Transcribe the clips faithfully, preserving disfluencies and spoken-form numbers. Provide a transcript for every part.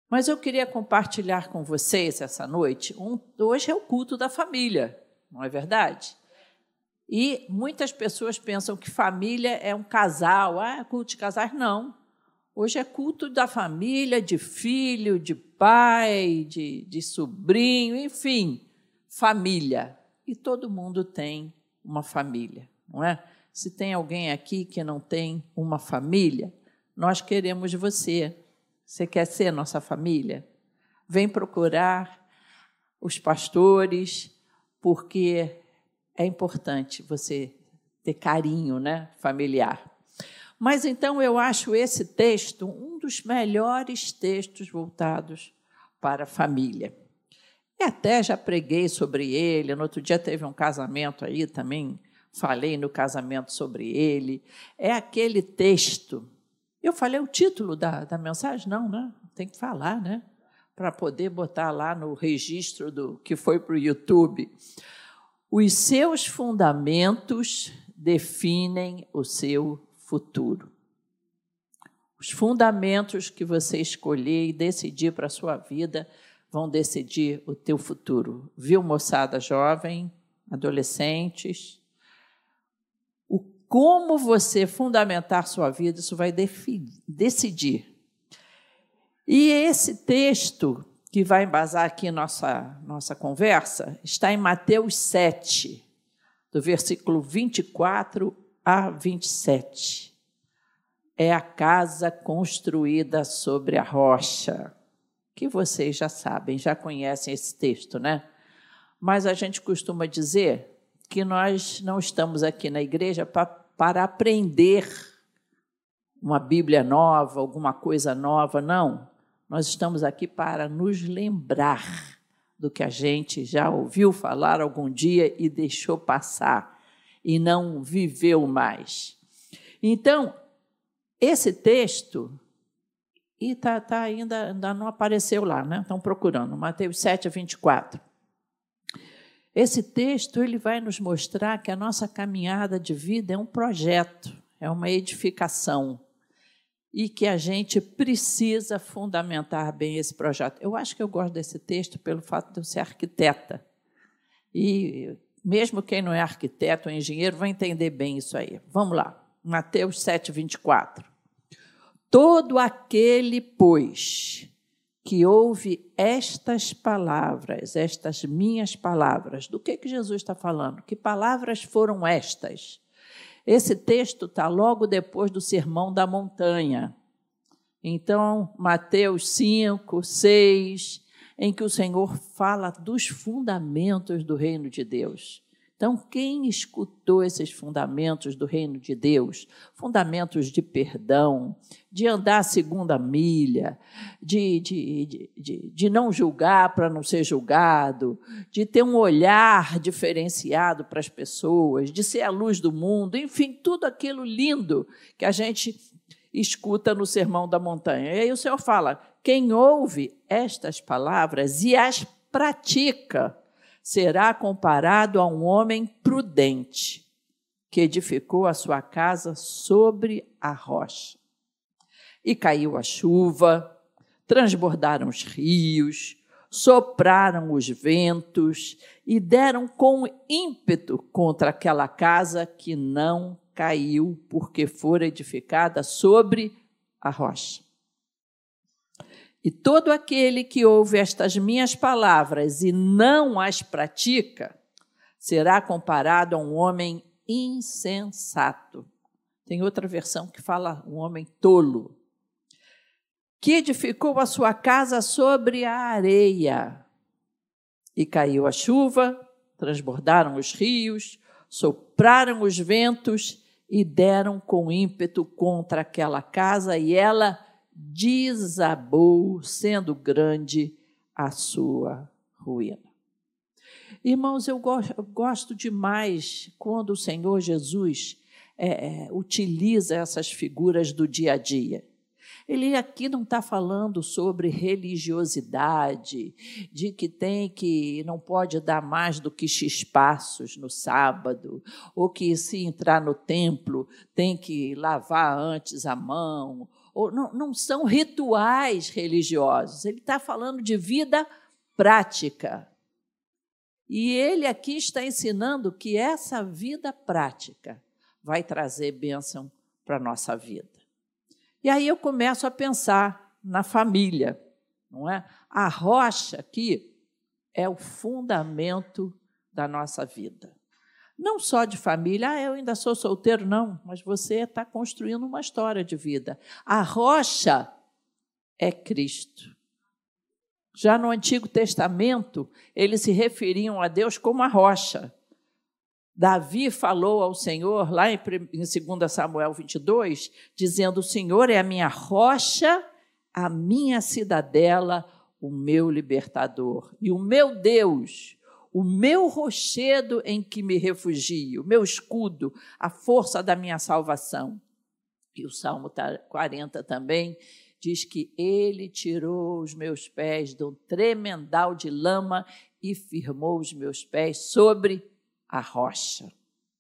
Mas eu queria compartilhar com vocês essa noite, um, hoje é o culto da família, não é verdade? E muitas pessoas pensam que família é um casal, ah, culto de casais, não. Hoje é culto da família, de filho, de pai, de, de sobrinho, enfim, família. E todo mundo tem uma família, não é? Se tem alguém aqui que não tem uma família, nós queremos você. Você quer ser nossa família? Vem procurar os pastores, porque é importante você ter carinho, né, familiar. Mas, então, eu acho esse texto um dos melhores textos voltados para a família. E até já preguei sobre ele. No outro dia teve um casamento aí, também falei no casamento sobre ele. É aquele texto... Eu falei o título da, da mensagem? Não, né? Tem que falar, né? Para poder botar lá no registro do que foi para o YouTube. Os seus fundamentos definem o seu futuro. Os fundamentos que você escolher e decidir para a sua vida vão decidir o teu futuro. Viu, moçada jovem, adolescentes? O como você fundamentar sua vida, isso vai definir, decidir. E esse texto que vai embasar aqui nossa, nossa conversa está em Mateus sete, do versículo vinte e quatro a vinte e sete. É a casa construída sobre a rocha, que vocês já sabem, já conhecem esse texto, né? Mas a gente costuma dizer que nós não estamos aqui na igreja para, para aprender uma Bíblia nova, alguma coisa nova, não. Nós estamos aqui para nos lembrar do que a gente já ouviu falar algum dia e deixou passar, e não viveu mais. Então, esse texto, e tá, tá ainda, ainda não apareceu lá, né? Estão procurando, Mateus sete, vinte e quatro. Esse texto ele vai nos mostrar que a nossa caminhada de vida é um projeto, é uma edificação, e que a gente precisa fundamentar bem esse projeto. Eu acho que eu gosto desse texto pelo fato de eu ser arquiteta. E mesmo quem não é arquiteto ou engenheiro vai entender bem isso aí. Vamos lá, Mateus sete, vinte e quatro. Todo aquele, pois, que ouve estas palavras, estas minhas palavras, do que, que Jesus está falando? Que palavras foram estas? Esse texto está logo depois do Sermão da Montanha. Então, Mateus cinco, seis, em que o Senhor fala dos fundamentos do reino de Deus. Então, quem escutou esses fundamentos do reino de Deus, fundamentos de perdão, de andar a segunda milha, de, de, de, de não julgar para não ser julgado, de ter um olhar diferenciado para as pessoas, de ser a luz do mundo, enfim, tudo aquilo lindo que a gente escuta no Sermão da Montanha. E aí o Senhor fala, quem ouve estas palavras e as pratica, será comparado a um homem prudente, que edificou a sua casa sobre a rocha. E caiu a chuva, transbordaram os rios, sopraram os ventos e deram com ímpeto contra aquela casa que não caiu, porque fora edificada sobre a rocha. E todo aquele que ouve estas minhas palavras e não as pratica, será comparado a um homem insensato. Tem outra versão que fala um homem tolo, que edificou a sua casa sobre a areia. E caiu a chuva, transbordaram os rios, sopraram os ventos e deram com ímpeto contra aquela casa, e ela desabou, sendo grande a sua ruína. Irmãos, eu gosto, eu gosto demais quando o Senhor Jesus é, utiliza essas figuras do dia a dia. Ele aqui não está falando sobre religiosidade, de que tem que não pode dar mais do que X passos no sábado, ou que se entrar no templo tem que lavar antes a mão, ou não, não são rituais religiosos. Ele está falando de vida prática. E ele aqui está ensinando que essa vida prática vai trazer bênção para a nossa vida. E aí eu começo a pensar na família, não é? A rocha aqui é o fundamento da nossa vida. Não só de família, ah, eu ainda sou solteiro, não, mas você está construindo uma história de vida. A rocha é Cristo. Já no Antigo Testamento, eles se referiam a Deus como a rocha. Davi falou ao Senhor, lá em dois Samuel vinte e dois, dizendo: o Senhor é a minha rocha, a minha cidadela, o meu libertador. E o meu Deus, o meu rochedo em que me refugio, o meu escudo, a força da minha salvação. E o Salmo quarenta também diz que ele tirou os meus pés de um tremendal de lama e firmou os meus pés sobre a rocha.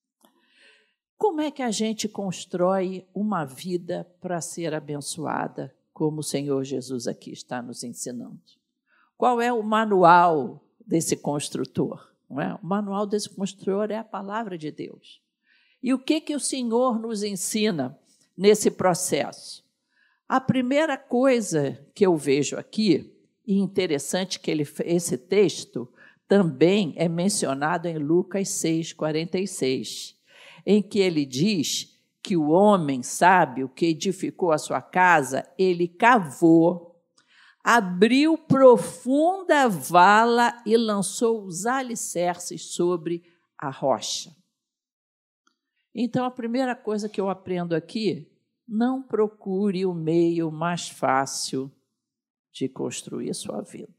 Como é que a gente constrói uma vida para ser abençoada, como o Senhor Jesus aqui está nos ensinando? Qual é o manual desse construtor? Não é? O manual desse construtor é a palavra de Deus. E o que, que o Senhor nos ensina nesse processo? A primeira coisa que eu vejo aqui, e interessante que ele, esse texto também é mencionado em Lucas seis, quarenta e seis, em que ele diz que o homem sábio que edificou a sua casa, ele cavou, abriu profunda vala e lançou os alicerces sobre a rocha. Então, a primeira coisa que eu aprendo aqui, não procure o meio mais fácil de construir sua vida.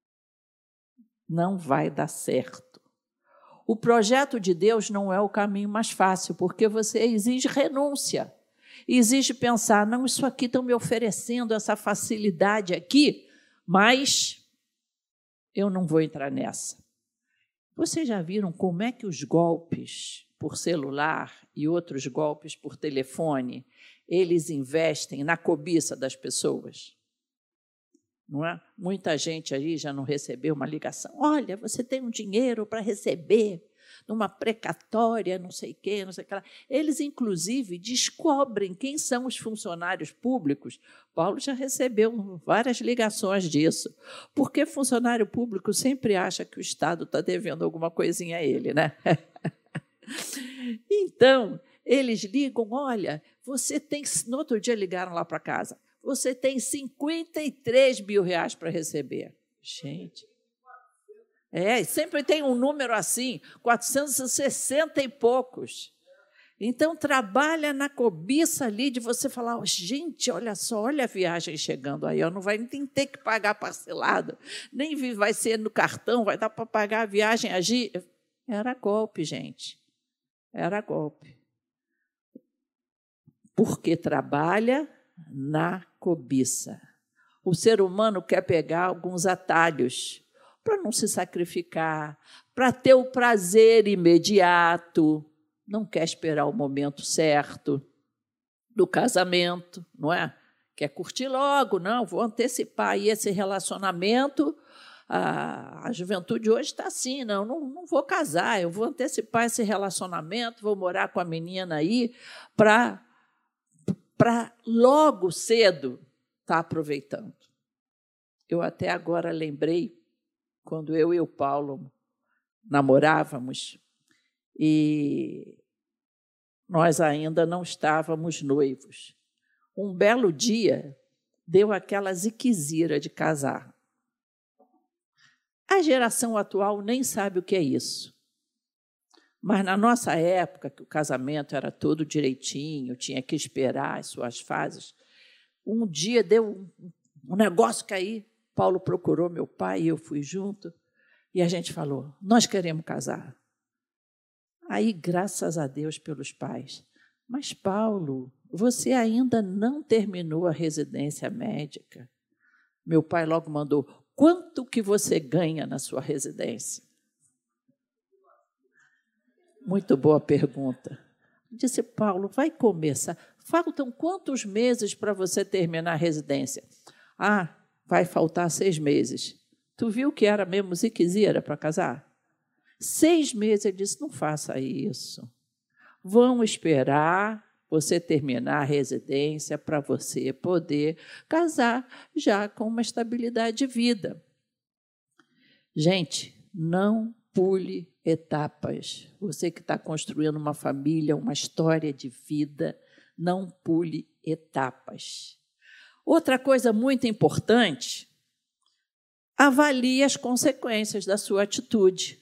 Não vai dar certo. O projeto de Deus não é o caminho mais fácil, porque você exige renúncia, exige pensar, não, isso aqui estão me oferecendo essa facilidade aqui, mas eu não vou entrar nessa. Vocês já viram como é que os golpes por celular e outros golpes por telefone, eles investem na cobiça das pessoas? Não é? Muita gente aí já não recebeu uma ligação. Olha, você tem um dinheiro para receber numa precatória, não sei o quê, não sei o que lá. Eles, inclusive, descobrem quem são os funcionários públicos. Paulo já recebeu várias ligações disso, porque funcionário público sempre acha que o Estado está devendo alguma coisinha a ele, né? Então, eles ligam, olha, você tem... No outro dia ligaram lá para casa, você tem cinquenta e três mil reais para receber. Gente, é, sempre tem um número assim, quatrocentos e sessenta e poucos. Então, trabalha na cobiça ali de você falar, gente, olha só, olha a viagem chegando aí, ó, não vai nem ter que pagar parcelado, nem vai ser no cartão, vai dar para pagar a viagem, agir. Era golpe, gente, era golpe. Porque trabalha na cobiça. O ser humano quer pegar alguns atalhos para não se sacrificar, para ter o prazer imediato, não quer esperar o momento certo do casamento, não é? Quer curtir logo, não, vou antecipar aí esse relacionamento. A, a juventude hoje está assim, não, não, não vou casar, eu vou antecipar esse relacionamento, vou morar com a menina aí para para logo cedo estar tá aproveitando. Eu até agora lembrei, quando eu e o Paulo namorávamos, e nós ainda não estávamos noivos. Um belo dia, deu aquela ziquezira de casar. A geração atual nem sabe o que é isso. Mas, na nossa época, que o casamento era todo direitinho, tinha que esperar as suas fases, um dia deu um negócio cair, Paulo procurou meu pai e eu fui junto, e a gente falou, nós queremos casar. Aí, graças a Deus pelos pais. Mas, Paulo, você ainda não terminou a residência médica. Meu pai logo mandou, quanto que você ganha na sua residência? Muito boa pergunta. Disse Paulo, vai começar. Faltam quantos meses para você terminar a residência? Ah, vai faltar seis meses. Tu viu que era mesmo ziquezira para casar? Seis meses. Ele disse, não faça isso. Vão esperar você terminar a residência para você poder casar já com uma estabilidade de vida. Gente, não pule etapas. Você que está construindo uma família, uma história de vida, não pule etapas. Outra coisa muito importante, avalie as consequências da sua atitude.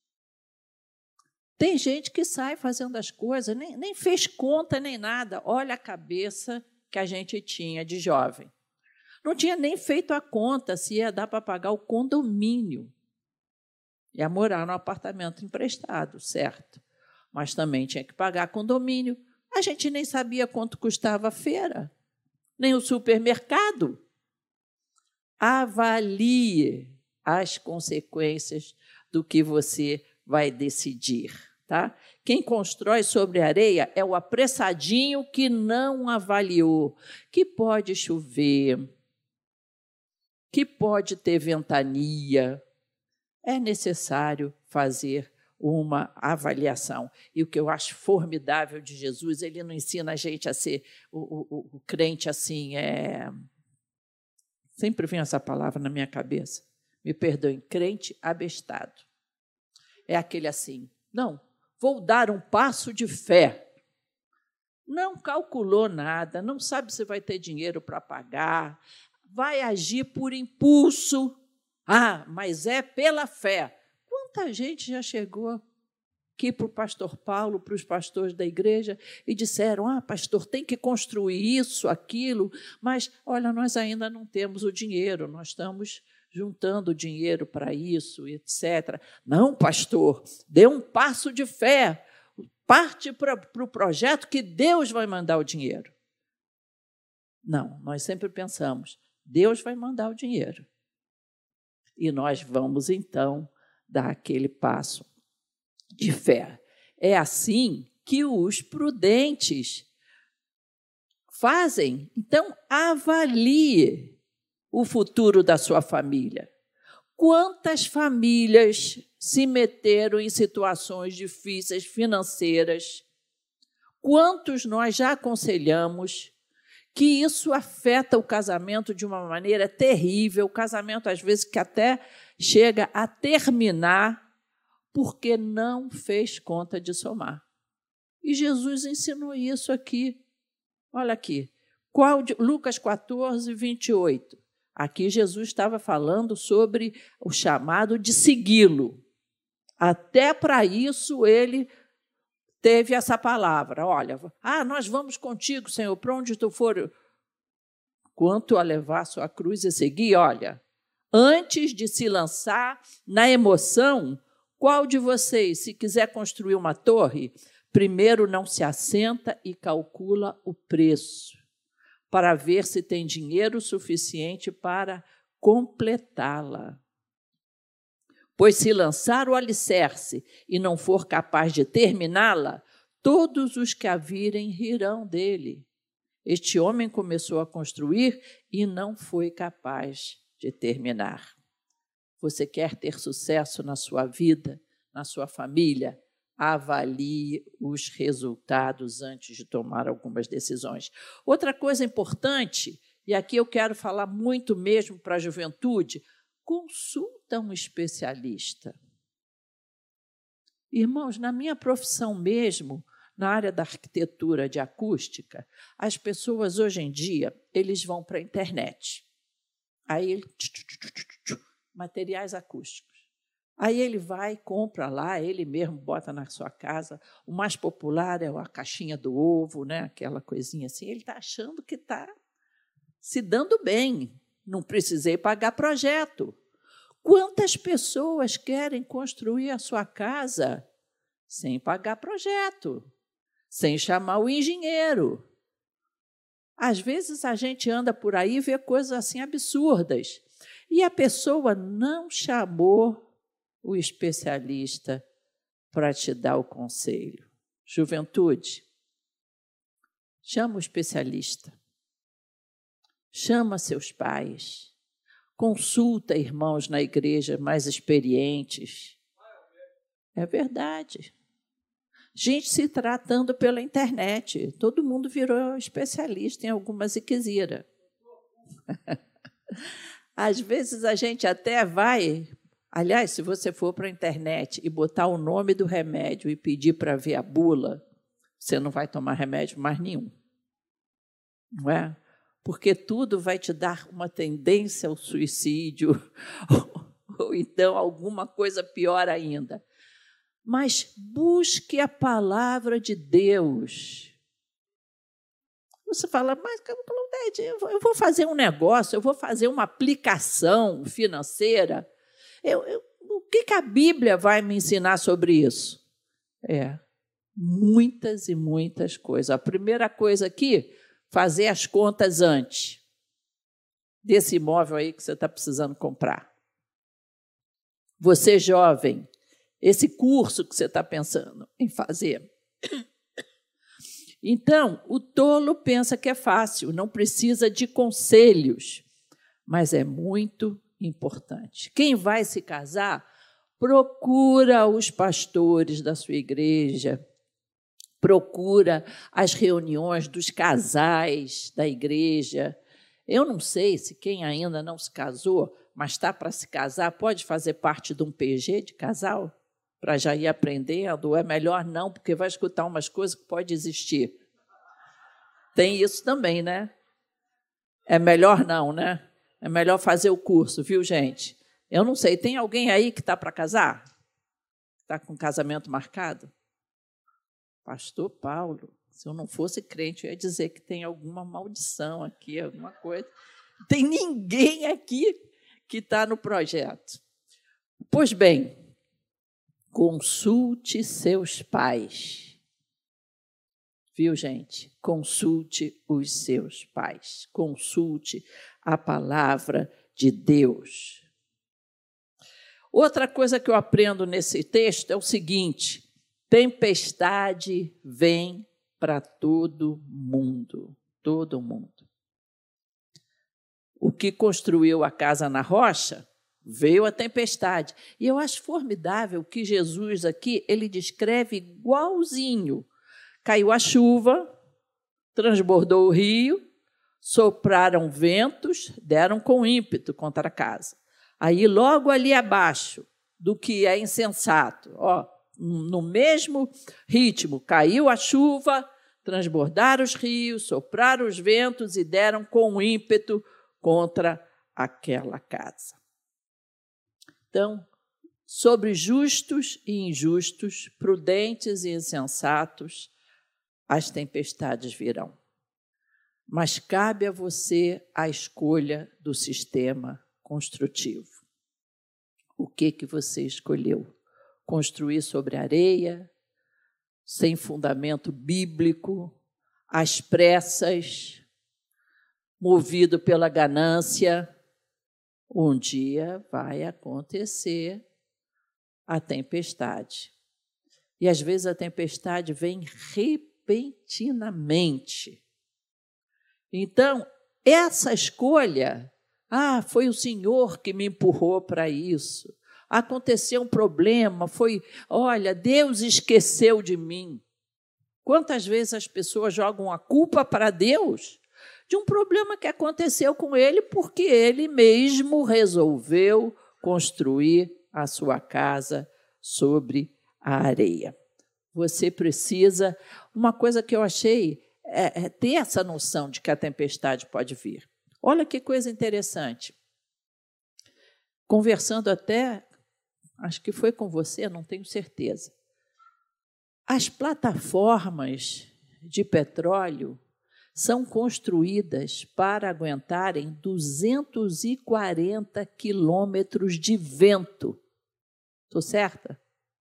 Tem gente que sai fazendo as coisas, nem, nem fez conta nem nada. Olha a cabeça que a gente tinha de jovem. Não tinha nem feito a conta se ia dar para pagar o condomínio. Ia morar no apartamento emprestado, certo? Mas também tinha que pagar condomínio. A gente nem sabia quanto custava a feira, nem o supermercado. Avalie as consequências do que você vai decidir. Tá? Quem constrói sobre areia é o apressadinho que não avaliou, que pode chover, que pode ter ventania. É necessário fazer uma avaliação. E o que eu acho formidável de Jesus, ele não ensina a gente a ser o, o, o crente assim, é... sempre vem essa palavra na minha cabeça, me perdoem, crente abestado. É aquele assim, não, vou dar um passo de fé. Não calculou nada, não sabe se vai ter dinheiro para pagar, vai agir por impulso. Ah, mas é pela fé. Quanta gente já chegou aqui para o pastor Paulo, para os pastores da igreja, e disseram, ah, pastor, tem que construir isso, aquilo, mas, olha, nós ainda não temos o dinheiro, nós estamos juntando dinheiro para isso, etcétera. Não, pastor, dê um passo de fé, parte para, para o projeto que Deus vai mandar o dinheiro. Não, nós sempre pensamos, Deus vai mandar o dinheiro. E nós vamos, então, dar aquele passo de fé. É assim que os prudentes fazem. Então, avalie o futuro da sua família. Quantas famílias se meteram em situações difíceis financeiras? Quantos nós já aconselhamos que isso afeta o casamento de uma maneira terrível, o casamento, às vezes, que até chega a terminar porque não fez conta de somar. E Jesus ensinou isso aqui. Olha aqui, qual de, Lucas quatorze, vinte e oito. Aqui Jesus estava falando sobre o chamado de segui-lo. Até para isso ele teve essa palavra. Olha, ah, nós vamos contigo, Senhor, para onde tu for. Quanto a levar sua cruz e seguir, olha, antes de se lançar na emoção, qual de vocês, se quiser construir uma torre, primeiro não se assenta e calcula o preço, para ver se tem dinheiro suficiente para completá-la? Pois se lançar o alicerce e não for capaz de terminá-la, todos os que a virem rirão dele. Este homem começou a construir e não foi capaz de terminar. Você quer ter sucesso na sua vida, na sua família? Avalie os resultados antes de tomar algumas decisões. Outra coisa importante, e aqui eu quero falar muito mesmo para a juventude, consulta um especialista. Irmãos, na minha profissão mesmo, na área da arquitetura de acústica, as pessoas hoje em dia, eles vão para a internet. Aí, materiais acústicos. Aí ele vai, compra lá, ele mesmo bota na sua casa. O mais popular é a caixinha do ovo, né? Aquela coisinha assim. Ele está achando que está se dando bem. Não precisei pagar projeto. Quantas pessoas querem construir a sua casa sem pagar projeto, sem chamar o engenheiro? Às vezes a gente anda por aí e vê coisas assim absurdas. E a pessoa não chamou o especialista para te dar o conselho. Juventude, Chama o especialista. Chama seus pais. Consulta irmãos na igreja mais experientes. É verdade. Gente se tratando pela internet. Todo mundo virou especialista em alguma ziquezira. Às vezes a gente até vai... Aliás, se você for para a internet e botar o nome do remédio e pedir para ver a bula, você não vai tomar remédio mais nenhum. Não é? Porque tudo vai te dar uma tendência ao suicídio, ou, ou então alguma coisa pior ainda. Mas busque a palavra de Deus. Você fala, mas eu vou fazer um negócio, eu vou fazer uma aplicação financeira. Eu, eu, o que, que a Bíblia vai me ensinar sobre isso? É, muitas e muitas coisas. A primeira coisa aqui, fazer as contas antes desse imóvel aí que você está precisando comprar. Você, jovem, esse curso que você está pensando em fazer. Então, o tolo pensa que é fácil, não precisa de conselhos, mas é muito importante. Quem vai se casar, procura os pastores da sua igreja, procura as reuniões dos casais da igreja. Eu não sei se quem ainda não se casou, mas está para se casar, pode fazer parte de um P G de casal, para já ir aprendendo, ou é melhor não, porque vai escutar umas coisas que pode existir. Tem isso também, né? É melhor não, né? É melhor fazer o curso, viu, gente? Eu não sei, tem alguém aí que está para casar? Está com casamento marcado? Pastor Paulo, se eu não fosse crente, eu ia dizer que tem alguma maldição aqui, alguma coisa. Não tem ninguém aqui que está no projeto. Pois bem, consulte seus pais. Viu, gente? Consulte os seus pais. Consulte a palavra de Deus. Outra coisa que eu aprendo nesse texto é o seguinte: tempestade vem para todo mundo. Todo mundo. O que construiu a casa na rocha, veio a tempestade. E eu acho formidável que Jesus aqui, ele descreve igualzinho. Caiu a chuva, transbordou o rio, sopraram ventos, deram com ímpeto contra a casa. Aí, logo ali abaixo do que é insensato, ó, no mesmo ritmo, caiu a chuva, transbordaram os rios, sopraram os ventos e deram com ímpeto contra aquela casa. Então, sobre justos e injustos, prudentes e insensatos, as tempestades virão. Mas cabe a você a escolha do sistema construtivo. O que que você escolheu? Construir sobre areia, sem fundamento bíblico, às pressas, movido pela ganância? Um dia vai acontecer a tempestade. E, às vezes, a tempestade vem repentinamente. Então, essa escolha, ah, foi o Senhor que me empurrou para isso. Aconteceu um problema, foi, olha, Deus esqueceu de mim. Quantas vezes as pessoas jogam a culpa para Deus de um problema que aconteceu com ele porque ele mesmo resolveu construir a sua casa sobre a areia. Você precisa... Uma coisa que eu achei é, é ter essa noção de que a tempestade pode vir. Olha que coisa interessante. Conversando até, acho que foi com você, não tenho certeza. As plataformas de petróleo são construídas para aguentarem duzentos e quarenta quilômetros de vento. Estou certa?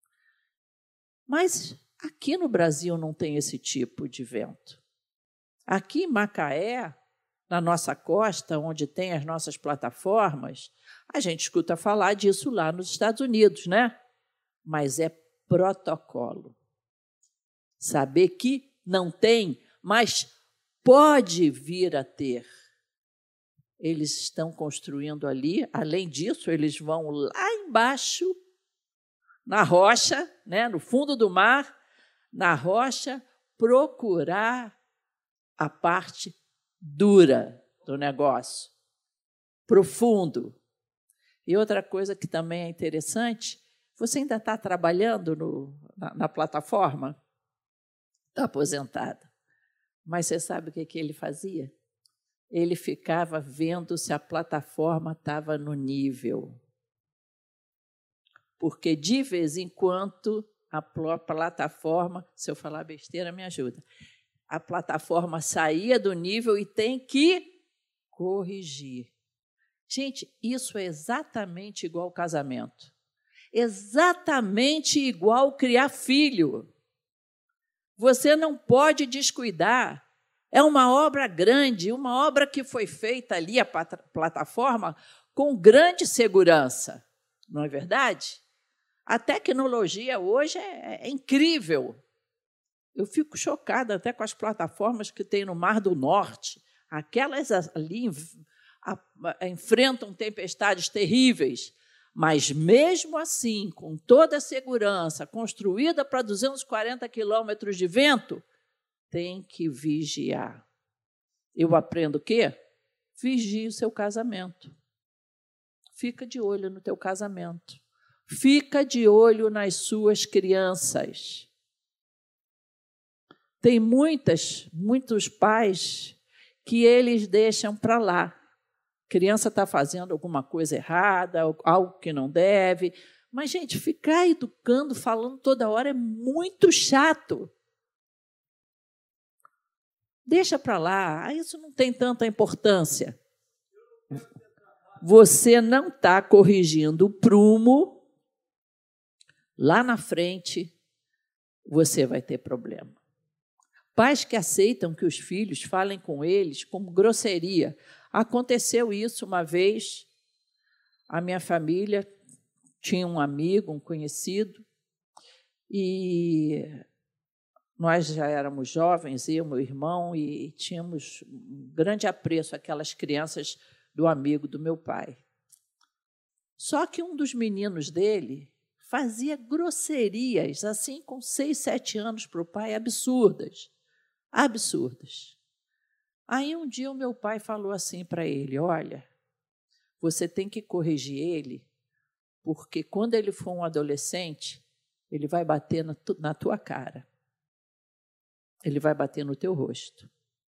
Mas aqui no Brasil não tem esse tipo de vento. Aqui em Macaé, na nossa costa, onde tem as nossas plataformas, a gente escuta falar disso lá nos Estados Unidos, né? Mas é protocolo. Saber que não tem, mas pode vir a ter. Eles estão construindo ali, além disso, eles vão lá embaixo, na rocha, né, no fundo do mar, na rocha, procurar a parte dura do negócio, profundo. E outra coisa que também é interessante, você ainda está trabalhando no, na, na plataforma? Está aposentado. Mas você sabe o que, que ele fazia? Ele ficava vendo se a plataforma estava no nível. Porque, de vez em quando, a plataforma, se eu falar besteira, me ajuda, a plataforma saía do nível e tem que corrigir. Gente, isso é exatamente igual ao casamento. Exatamente igual criar filho. Você não pode descuidar. É uma obra grande, uma obra que foi feita ali, a plataforma, com grande segurança. Não é verdade? A tecnologia hoje é, é incrível. Eu fico chocada até com as plataformas que tem no Mar do Norte. Aquelas ali a, a, enfrentam tempestades terríveis, mas, mesmo assim, com toda a segurança, construída para duzentos e quarenta quilômetros de vento, tem que vigiar. Eu aprendo o quê? Vigie o seu casamento. Fica de olho no teu casamento. Fica de olho nas suas crianças. Tem muitas, muitos pais que eles deixam para lá. A criança está fazendo alguma coisa errada, algo que não deve. Mas, gente, ficar educando, falando toda hora é muito chato. Deixa para lá, isso não tem tanta importância. Você não está corrigindo o prumo, lá na frente você vai ter problema. Pais que aceitam que os filhos falem com eles como grosseria. Aconteceu isso uma vez, a minha família tinha um amigo, um conhecido, e nós já éramos jovens, eu e meu irmão, e tínhamos um grande apreço àquelas crianças do amigo do meu pai. Só que um dos meninos dele fazia grosserias, assim, com seis, sete anos para o pai, absurdas. Absurdas. Aí, um dia, o meu pai falou assim para ele, olha, você tem que corrigir ele, porque, quando ele for um adolescente, ele vai bater na, tu, na tua cara. Ele vai bater no teu rosto.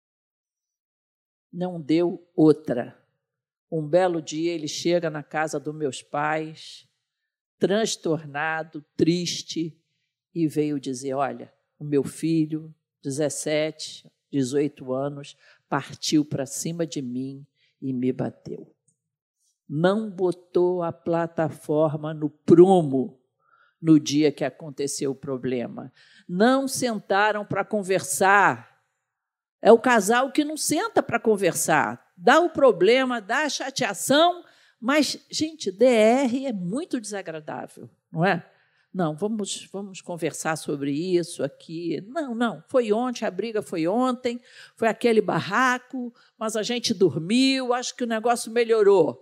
Não deu outra. Um belo dia, ele chega na casa dos meus pais, transtornado, triste, e veio dizer, olha, o meu filho, dezessete, dezoito anos, partiu para cima de mim e me bateu. Não botou a plataforma no prumo no dia que aconteceu o problema. Não sentaram para conversar. É o casal que não senta para conversar. Dá o problema, dá a chateação, mas, gente, D R é muito desagradável, não é? Não, vamos, vamos conversar sobre isso aqui. Não, não, foi ontem, a briga foi ontem, foi aquele barraco, mas a gente dormiu, acho que o negócio melhorou.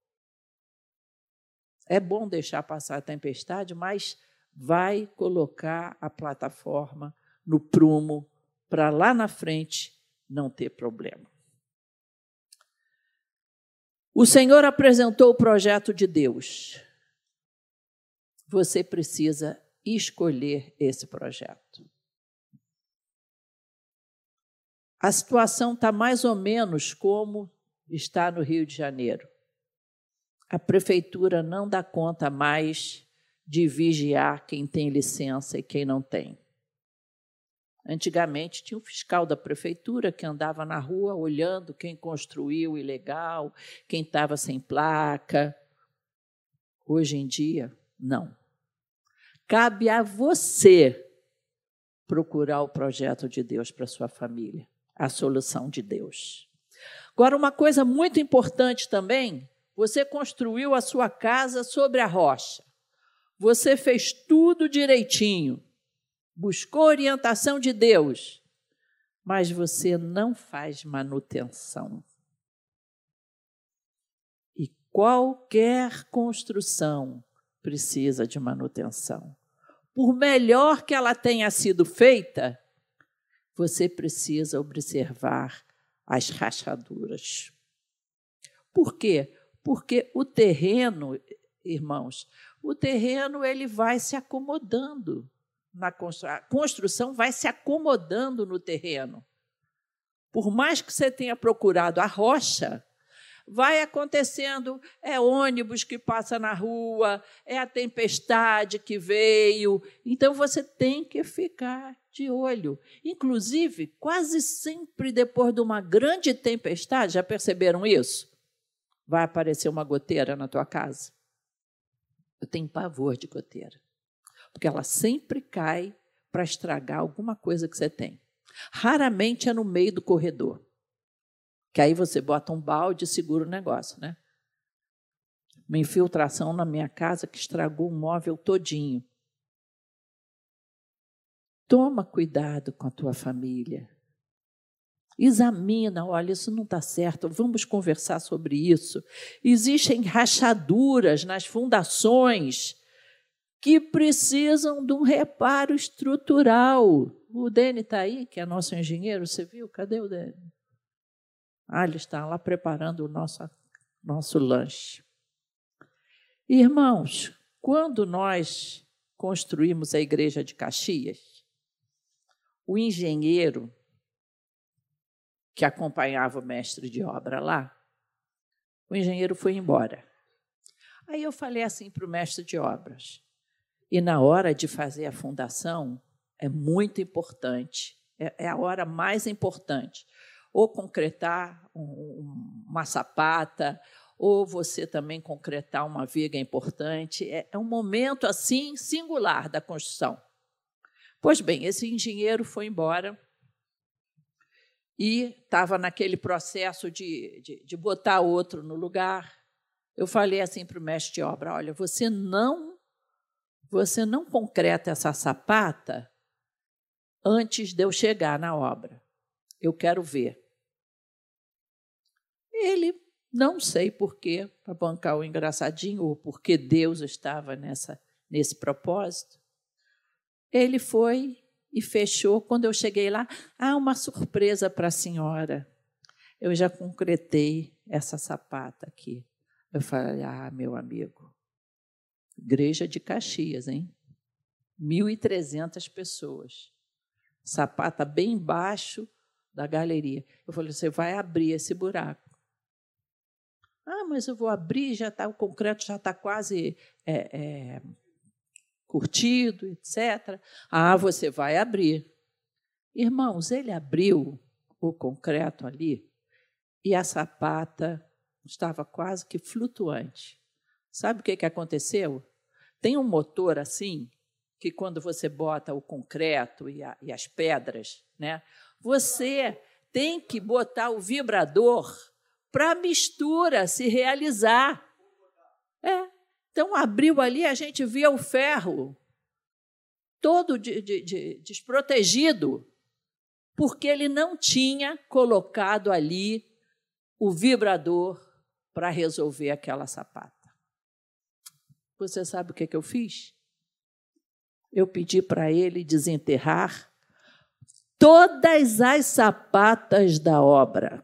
É bom deixar passar a tempestade, mas vai colocar a plataforma no prumo para lá na frente não ter problema. O Senhor apresentou o projeto de Deus. Você precisa escolher esse projeto. A situação está mais ou menos como está no Rio de Janeiro. A prefeitura não dá conta mais de vigiar quem tem licença e quem não tem. Antigamente, tinha um fiscal da prefeitura que andava na rua olhando quem construiu ilegal, quem estava sem placa. Hoje em dia, não. Cabe a você procurar o projeto de Deus para a sua família, a solução de Deus. Agora, uma coisa muito importante também, você construiu a sua casa sobre a rocha. Você fez tudo direitinho, buscou orientação de Deus, mas você não faz manutenção. E qualquer construção precisa de manutenção. Por melhor que ela tenha sido feita, você precisa observar as rachaduras. Por quê? Porque o terreno, irmãos, o terreno ele vai se acomodando. Na constru... A construção vai se acomodando no terreno. Por mais que você tenha procurado a rocha, vai acontecendo, é ônibus que passa na rua, é a tempestade que veio. Então, você tem que ficar de olho. Inclusive, quase sempre depois de uma grande tempestade, já perceberam isso? Vai aparecer uma goteira na tua casa. Eu tenho pavor de goteira, porque ela sempre cai para estragar alguma coisa que você tem. Raramente é no meio do corredor, que aí você bota um balde e segura o negócio, né? Uma infiltração na minha casa que estragou o móvel todinho. Toma cuidado com a tua família. Examina, olha, isso não está certo, vamos conversar sobre isso. Existem rachaduras nas fundações que precisam de um reparo estrutural. O Dene está aí, que é nosso engenheiro, você viu? Cadê o Dene? Ah, ele está lá preparando o nosso, nosso lanche. Irmãos, quando nós construímos a igreja de Caxias, o engenheiro que acompanhava o mestre de obra lá, o engenheiro foi embora. Aí eu falei assim para o mestre de obras, e na hora de fazer a fundação, é muito importante, é, é a hora mais importante, ou concretar um, uma sapata, ou você também concretar uma viga importante. É, é um momento assim singular da construção. Pois bem, esse engenheiro foi embora e estava naquele processo de, de, de botar outro no lugar. Eu falei assim para o mestre de obra, olha, você não, você não concreta essa sapata antes de eu chegar na obra. Eu quero ver. Ele, não sei por quê, para bancar o engraçadinho, ou porque Deus estava nessa, nesse propósito, ele foi e fechou. Quando eu cheguei lá, ah, uma surpresa para a senhora. Eu já concretei essa sapata aqui. Eu falei, ah, meu amigo, igreja de Caxias, hein? mil e trezentas pessoas. Sapata bem embaixo da galeria. Eu falei, você vai abrir esse buraco. Ah, mas eu vou abrir, já tá, o concreto já está quase é, é, curtido, etcétera. Ah, você vai abrir. Irmãos, ele abriu o concreto ali e a sapata estava quase que flutuante. Sabe o que, que aconteceu? Tem um motor assim, que quando você bota o concreto e, a, e as pedras, né, você tem que botar o vibrador para a mistura se realizar. É. Então, abriu ali, a gente via o ferro todo de, de, de, desprotegido, porque ele não tinha colocado ali o vibrador para resolver aquela sapata. Você sabe o que, que eu fiz? Eu pedi para ele desenterrar todas as sapatas da obra.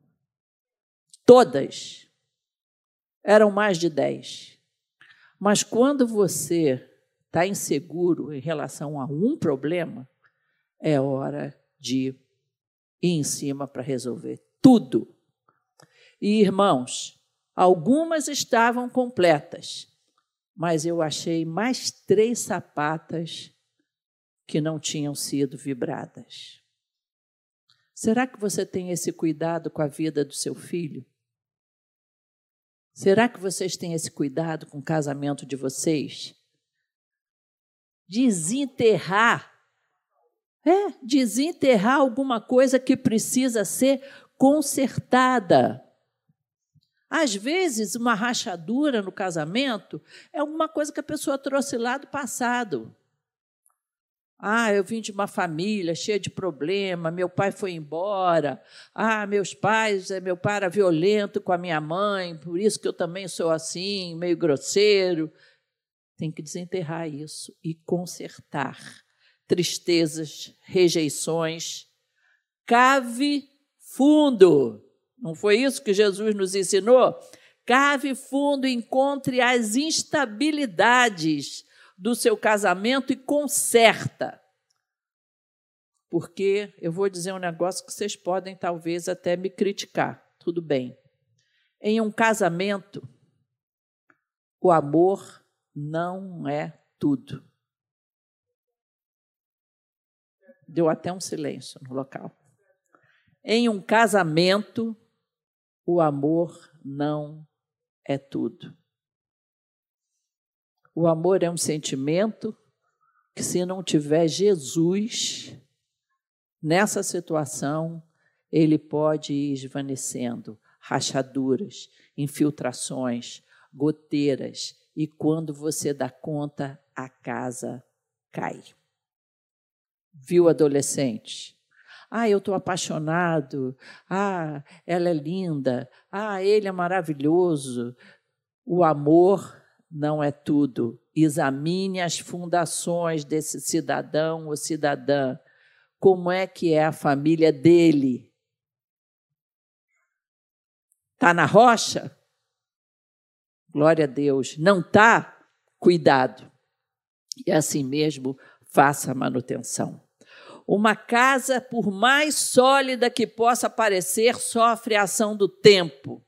Todas. Eram mais de dez. Mas quando você está inseguro em relação a um problema, é hora de ir em cima para resolver tudo. E, irmãos, algumas estavam completas, mas eu achei mais três sapatas que não tinham sido vibradas. Será que você tem esse cuidado com a vida do seu filho? Será que vocês têm esse cuidado com o casamento de vocês? Desenterrar, é, desenterrar alguma coisa que precisa ser consertada. Às vezes, uma rachadura no casamento é alguma coisa que a pessoa trouxe lá do passado. Ah, eu vim de uma família cheia de problema, meu pai foi embora. Ah, meus pais, meu pai era violento com a minha mãe, por isso que eu também sou assim, meio grosseiro. Tem que desenterrar isso e consertar tristezas, rejeições. Cave fundo. Não foi isso que Jesus nos ensinou? Cave fundo, encontre as instabilidades do seu casamento e conserta. Porque eu vou dizer um negócio que vocês podem talvez até me criticar. Tudo bem. Em um casamento, o amor não é tudo. Deu até um silêncio no local. Em um casamento, o amor não é tudo. O amor é um sentimento que, se não tiver Jesus nessa situação, ele pode ir esvanecendo, rachaduras, infiltrações, goteiras, e quando você dá conta, a casa cai. Viu, adolescente? Ah, eu estou apaixonado. Ah, ela é linda. Ah, ele é maravilhoso. O amor não é tudo. Examine as fundações desse cidadão ou cidadã. Como é que é a família dele? Está na rocha? Glória a Deus. Não está? Cuidado. E assim mesmo, faça a manutenção. Uma casa, por mais sólida que possa parecer, sofre a ação do tempo.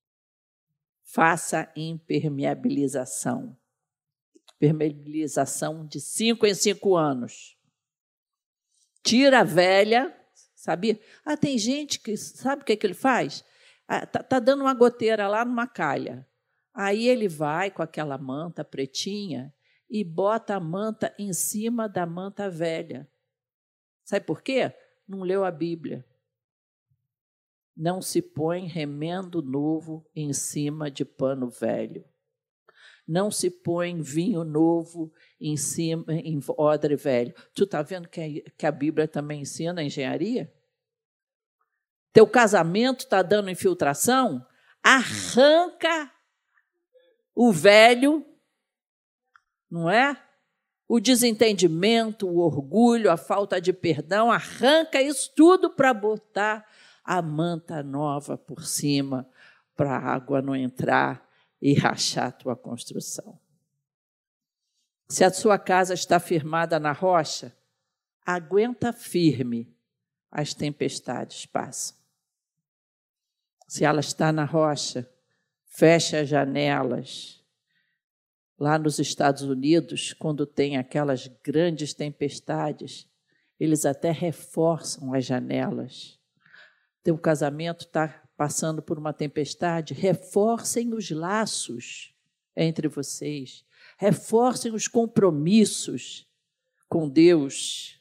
Faça impermeabilização. Impermeabilização de cinco em cinco anos. Tira a velha, sabia? Ah, tem gente que, sabe o que, é que ele faz? Está ah, tá dando uma goteira lá numa calha. Aí ele vai com aquela manta pretinha e bota a manta em cima da manta velha. Sabe por quê? Não leu a Bíblia. Não se põe remendo novo em cima de pano velho. Não se põe vinho novo em cima em odre velho. Tu está vendo que a, que a Bíblia também ensina a engenharia? Teu casamento está dando infiltração? Arranca o velho, não é? O desentendimento, o orgulho, a falta de perdão, arranca isso tudo para botar a manta nova por cima, para a água não entrar e rachar a tua construção. Se a sua casa está firmada na rocha, aguenta firme, as tempestades passam. Se ela está na rocha, fecha as janelas. Lá nos Estados Unidos, quando tem aquelas grandes tempestades, eles até reforçam as janelas. Teu casamento está passando por uma tempestade, reforcem os laços entre vocês, reforcem os compromissos com Deus.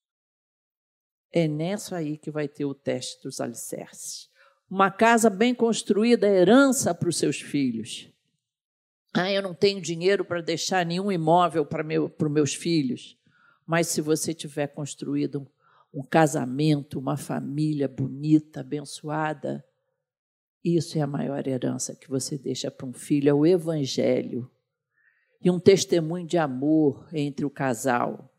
É nisso aí que vai ter o teste dos alicerces. Uma casa bem construída é herança para os seus filhos. Ah, eu não tenho dinheiro para deixar nenhum imóvel para, meu, para os meus filhos. Mas se você tiver construído um, um casamento, uma família bonita, abençoada, isso é a maior herança que você deixa para um filho, é o Evangelho. E um testemunho de amor entre o casal.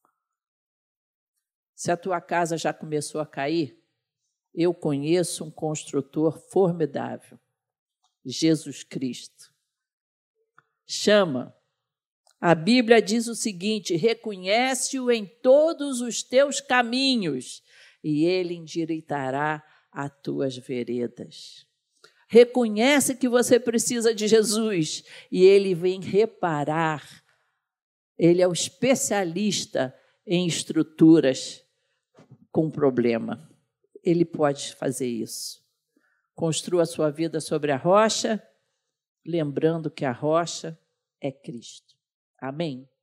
Se a tua casa já começou a cair, eu conheço um construtor formidável, Jesus Cristo. Chama. A Bíblia diz o seguinte: reconhece-o em todos os teus caminhos e ele endireitará as tuas veredas. Reconhece que você precisa de Jesus e ele vem reparar. Ele é o especialista em estruturas com problema. Ele pode fazer isso. Construa a sua vida sobre a rocha, lembrando que a rocha é Cristo. Amém?